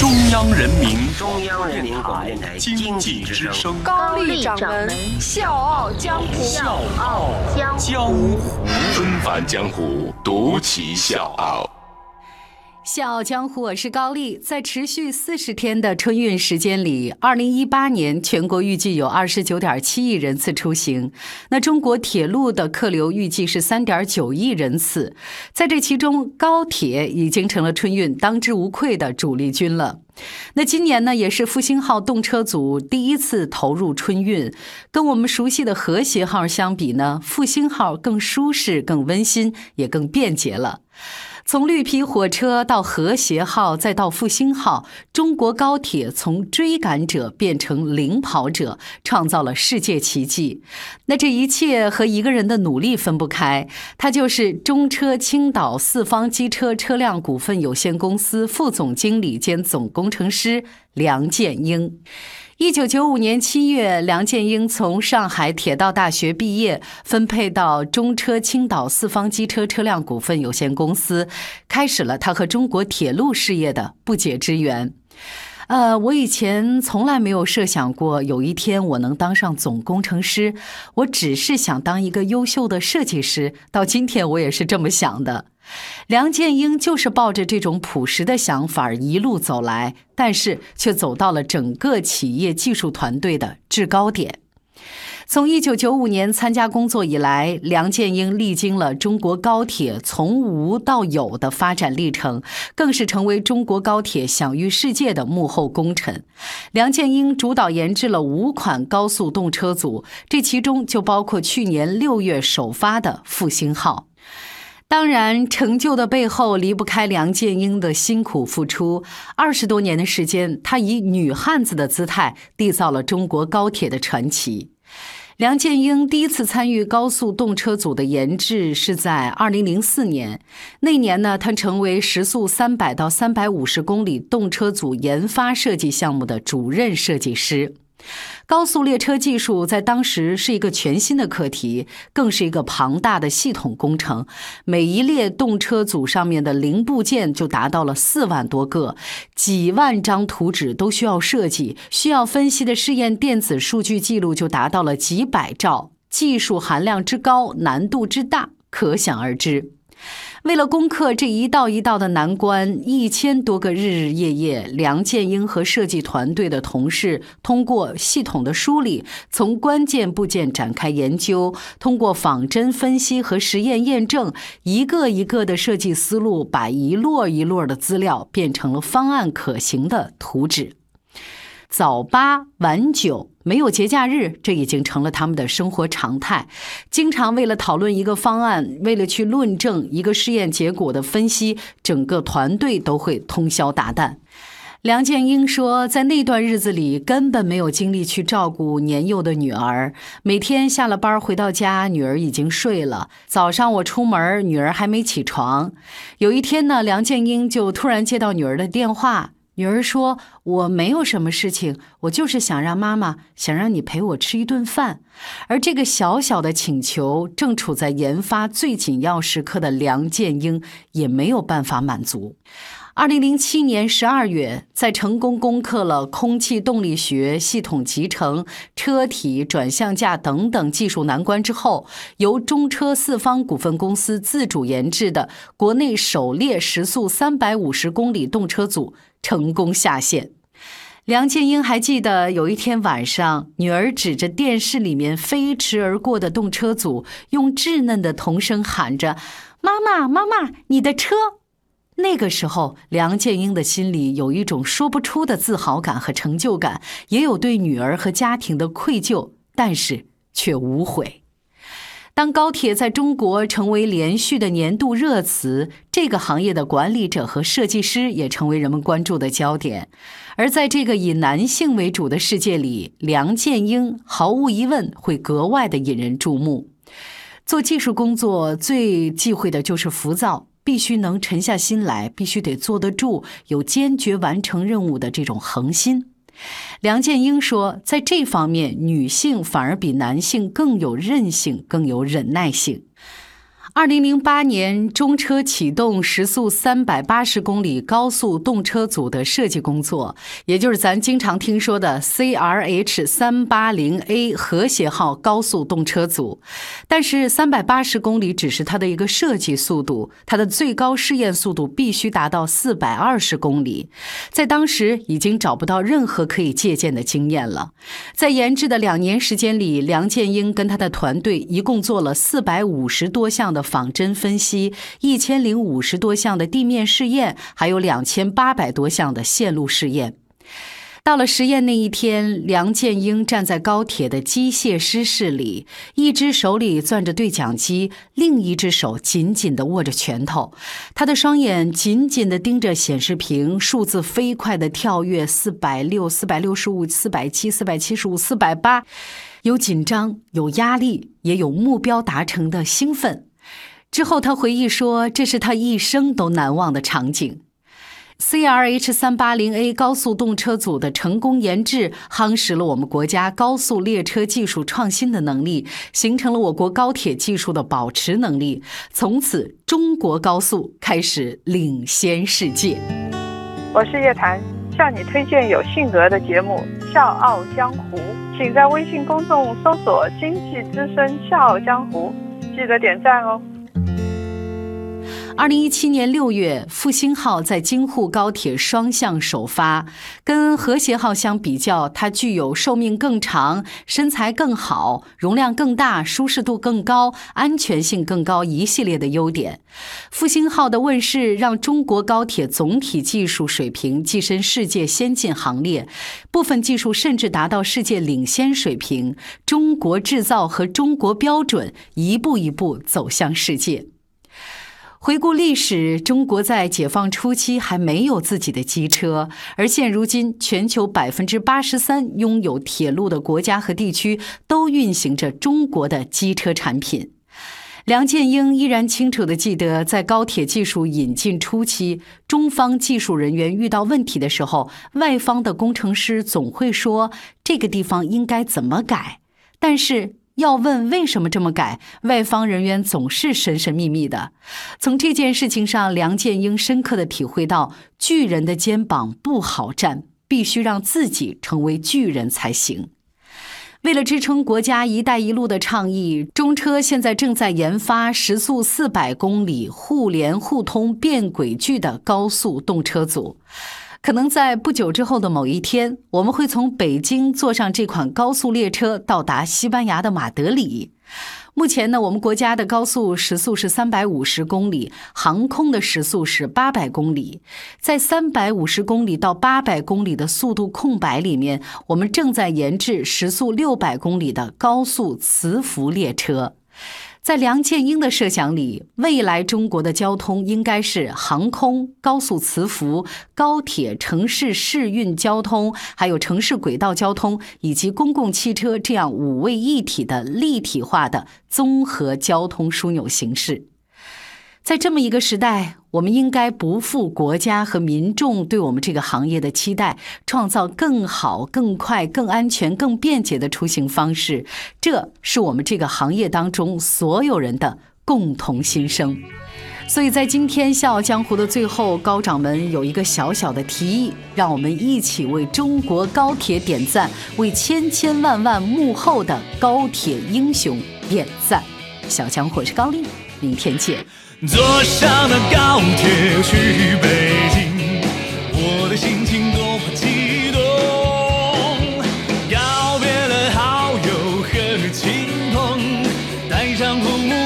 中央人民广播电台经济之声， 高丽掌门笑傲江湖， 纷繁江湖，独骑笑傲。 笑傲江湖，我是高丽。在持续40天的春运时间里，2018年全国预计有29.7亿人次出行，那中国铁路的客流预计是3.9亿人次，在这其中高铁已经成了春运当之无愧的主力军了。那今年呢，也是复兴号动车组第一次投入春运，跟我们熟悉的和谐号相比呢，复兴号更舒适、更温馨，也更便捷了。从绿皮火车到和谐号再到复兴号，中国高铁从追赶者变成领跑者，创造了世界奇迹。那这一切和一个人的努力分不开，他就是中车青岛四方机车车辆股份有限公司副总经理兼总工程师梁建英。1995年7月，梁建英从上海铁道大学毕业，分配到中车青岛四方机车车辆股份有限公司，开始了他和中国铁路事业的不解之缘。我以前从来没有设想过有一天我能当上总工程师，我只是想当一个优秀的设计师，到今天我也是这么想的。梁建英就是抱着这种朴实的想法一路走来，但是却走到了整个企业技术团队的制高点。从1995年参加工作以来，梁建英历经了中国高铁从无到有的发展历程，更是成为中国高铁享誉世界的幕后功臣。梁建英主导研制了5款高速动车组，这其中就包括去年6月首发的复兴号。当然，成就的背后离不开梁建英的辛苦付出。20多年的时间，她以女汉子的姿态缔造了中国高铁的传奇。梁建英第一次参与高速动车组的研制是在2004年，那年呢，她成为时速300到350公里动车组研发设计项目的主任设计师。高速列车技术在当时是一个全新的课题，更是一个庞大的系统工程。每一列动车组上面的零部件就达到了4万多个，几万张图纸都需要设计，需要分析的试验电子数据记录就达到了几百兆，技术含量之高，难度之大，可想而知。为了攻克这一道一道的难关，1000多个日日夜夜，梁建英和设计团队的同事通过系统的梳理，从关键部件展开研究，通过仿真分析和实验验证，一个一个的设计思路，把一摞一摞的资料变成了方案可行的图纸。早8晚9，没有节假日，这已经成了他们的生活常态。经常为了讨论一个方案，为了去论证一个试验结果的分析，整个团队都会通宵达旦。梁建英说，在那段日子里根本没有精力去照顾年幼的女儿，每天下了班回到家，女儿已经睡了，早上我出门，女儿还没起床。有一天呢，梁建英就突然接到女儿的电话，女儿说，我没有什么事情，我就是想让妈妈，想让你陪我吃一顿饭。而这个小小的请求，正处在研发最紧要时刻的梁建英也没有办法满足。2007年12月，在成功攻克了空气动力学、系统集成、车体、转向架等等技术难关之后，由中车四方股份公司自主研制的国内首列时速350公里动车组成功下线。梁建英还记得有一天晚上，女儿指着电视里面飞驰而过的动车组，用稚嫩的童声喊着：妈妈，妈妈，你的车！那个时候，梁建英的心里有一种说不出的自豪感和成就感，也有对女儿和家庭的愧疚，但是却无悔。当高铁在中国成为连续的年度热词，这个行业的管理者和设计师也成为人们关注的焦点。而在这个以男性为主的世界里，梁建英毫无疑问会格外的引人注目。做技术工作最忌讳的就是浮躁，必须能沉下心来，必须得坐得住，有坚决完成任务的这种恒心。梁建英说，在这方面，女性反而比男性更有韧性，更有忍耐性。 2008年，中车启动时速380公里高速动车组的设计工作，也就是咱经常听说的 CRH380A 和谐号高速动车组。但是380公里只是它的一个设计速度，它的最高试验速度必须达到420公里。在当时已经找不到任何可以借鉴的经验了。在研制的2年时间里，梁建英跟他的团队一共做了450多项的仿真分析，1050多项的地面试验，还有2800多项的线路试验。到了实验那一天，梁建英站在高铁的机械师室里，一只手里攥着对讲机，另一只手紧紧地握着拳头。他的双眼紧紧地盯着显示屏，数字飞快地跳跃，460、465、470、475、480，有紧张，有压力，也有目标达成的兴奋。之后他回忆说，这是他一生都难忘的场景。CRH380A 高速动车组的成功研制，夯实了我们国家高速列车技术创新的能力，形成了我国高铁技术的保持能力。从此，中国高速开始领先世界。 我是叶檀，向你推荐有性格的节目《笑傲江湖》，请在微信公众搜索“经济之声笑傲江湖”，记得点赞哦。 2017年6月，复兴号在京沪高铁双向首发。跟和谐号相比较，它具有寿命更长、身材更好、容量更大、舒适度更高、安全性更高一系列的优点。复兴号的问世，让中国高铁总体技术水平跻身世界先进行列，部分技术甚至达到世界领先水平。中国制造和中国标准一步一步走向世界。回顾历史，中国在解放初期还没有自己的机车，而现如今，全球83%拥有铁路的国家和地区都运行着中国的机车产品。梁建英依然清楚地记得，在高铁技术引进初期，中方技术人员遇到问题的时候，外方的工程师总会说这个地方应该怎么改，但是要问为什么这么改，外方人员总是神神秘秘的。从这件事情上，梁建英深刻地体会到，巨人的肩膀不好站，必须让自己成为巨人才行。为了支撑国家“一带一路”的倡议，中车现在正在研发时速400公里、互联互通变轨距的高速动车组。可能在不久之后的某一天，我们会从北京坐上这款高速列车到达西班牙的马德里。目前呢，我们国家的高速时速是350公里，航空的时速是800公里。在350公里到800公里的速度空白里面，我们正在研制时速600公里的高速磁浮列车。在梁建英的设想里，未来中国的交通应该是航空、高速磁浮、高铁、城市市运交通，还有城市轨道交通以及公共汽车这样5位一体的立体化的综合交通枢纽形式。在这么一个时代，我们应该不负国家和民众对我们这个行业的期待，创造更好、更快、更安全、更便捷的出行方式。这是我们这个行业当中所有人的共同心声。所以在今天笑傲江湖的最后，高掌门有一个小小的提议，让我们一起为中国高铁点赞，为千千万万幕后的高铁英雄点赞。小江湖是高丽，明天见。 坐上了高铁去北京，我的心情多么激动，告别了好友和亲朋，带上父母